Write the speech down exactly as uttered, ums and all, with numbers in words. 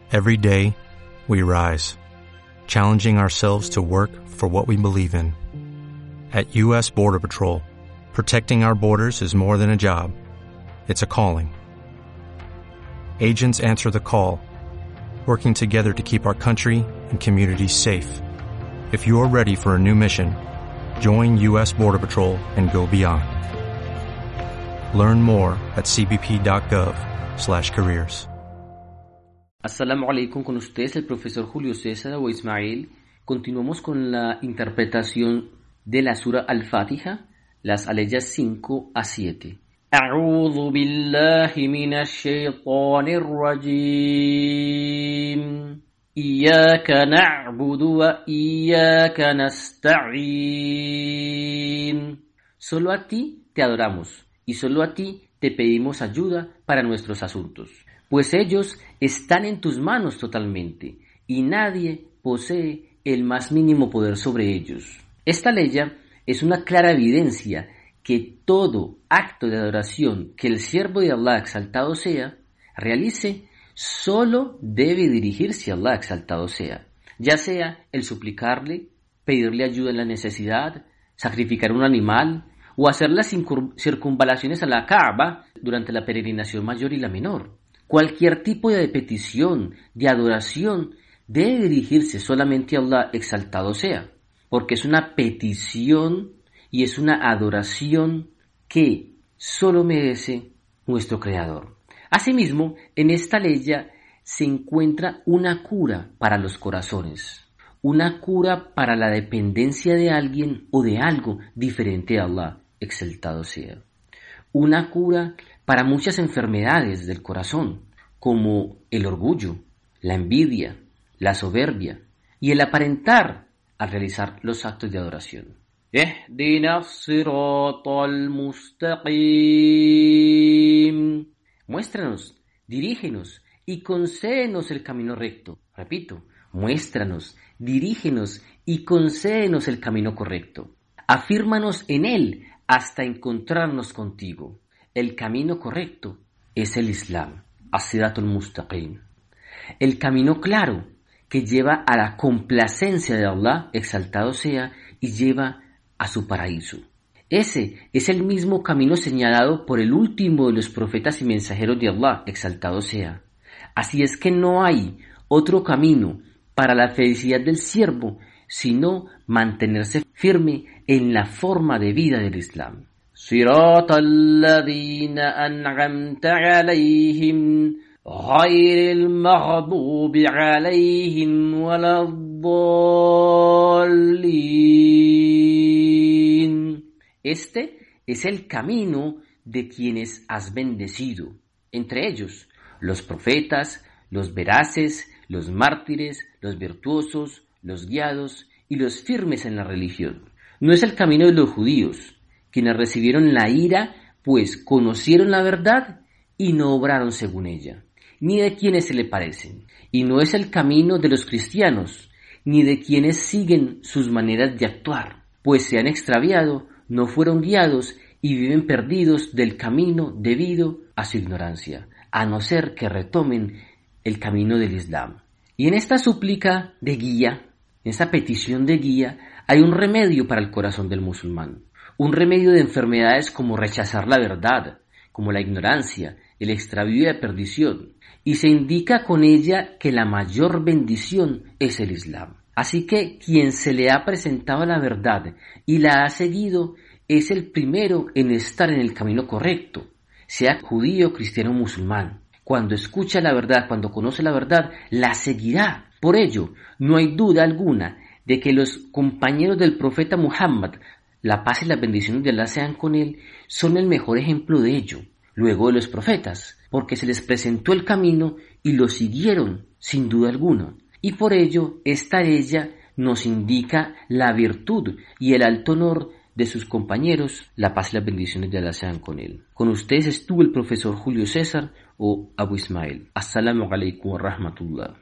Every day, we rise, challenging ourselves to work for what we believe in. At U S Border Patrol, protecting our borders is more than a job. It's a calling. Agents answer the call, working together to keep our country and communities safe. If you're ready for a new mission, join U S Border Patrol and go beyond. Learn more at cbp.gov slash careers. Assalamu alaikum, con ustedes el profesor Julio César Abu Ismail. Continuamos con la interpretación de la sura Al-Fatiha, las aleyas cinco a siete. A'udhu billahi minash shaitanir rajim. Iyyaka na'budu wa iyyaka nasta'in. Solo a ti te adoramos y solo a ti te pedimos ayuda para nuestros asuntos, pues ellos están en tus manos totalmente y nadie posee el más mínimo poder sobre ellos. Esta leya es una clara evidencia que todo acto de adoración que el siervo de Allah exaltado sea realice solo debe dirigirse a Allah exaltado sea, ya sea el suplicarle, pedirle ayuda en la necesidad, sacrificar un animal o hacer las circunvalaciones a la Kaaba durante la peregrinación mayor y la menor. Cualquier tipo de petición, de adoración, debe dirigirse solamente a Allah exaltado sea, porque es una petición y es una adoración que solo merece nuestro Creador. Asimismo, en esta leya se encuentra una cura para los corazones, una cura para la dependencia de alguien o de algo diferente a Allah exaltado sea, una cura para muchas enfermedades del corazón, como el orgullo, la envidia, la soberbia y el aparentar al realizar los actos de adoración. Ihdina as-siratal mustaqim. Muéstranos, dirígenos y concédenos el camino recto. Repito, muéstranos, dirígenos y concédenos el camino correcto. Afírmanos en él hasta encontrarnos contigo. El camino correcto es el Islam, as-siratul mustaqim. El camino claro que lleva a la complacencia de Allah, exaltado sea, y lleva a su paraíso. Ese es el mismo camino señalado por el último de los profetas y mensajeros de Allah, exaltado sea. Así es que no hay otro camino para la felicidad del siervo, sino mantenerse firme en la forma de vida del Islam. Siratal ladina an'amta alayhim ghayril maghdubi alayhim waladdallin. Este es el camino de quienes has bendecido, entre ellos los profetas, los veraces, los mártires, los virtuosos, los guiados y los firmes en la religión. No es el camino de los judíos, quienes recibieron la ira, pues conocieron la verdad y no obraron según ella, ni de quienes se le parecen. Y no es el camino de los cristianos, ni de quienes siguen sus maneras de actuar, pues se han extraviado, no fueron guiados y viven perdidos del camino debido a su ignorancia, a no ser que retomen el camino del Islam. Y en esta súplica de guía, en esta petición de guía, hay un remedio para el corazón del musulmán, un remedio de enfermedades como rechazar la verdad, como la ignorancia, el extravío y la perdición, y se indica con ella que la mayor bendición es el Islam. Así que quien se le ha presentado la verdad y la ha seguido es el primero en estar en el camino correcto, sea judío, cristiano o musulmán. Cuando escucha la verdad, cuando conoce la verdad, la seguirá. Por ello, no hay duda alguna de que los compañeros del profeta Muhammad, la paz y las bendiciones de Allah sean con él, son el mejor ejemplo de ello, luego de los profetas, porque se les presentó el camino y lo siguieron sin duda alguna. Y por ello, esta leya nos indica la virtud y el alto honor de sus compañeros, la paz y las bendiciones de Allah sean con él. Con ustedes estuvo el profesor Julio César o Abu Ismail. Assalamu alaikum wa rahmatullah.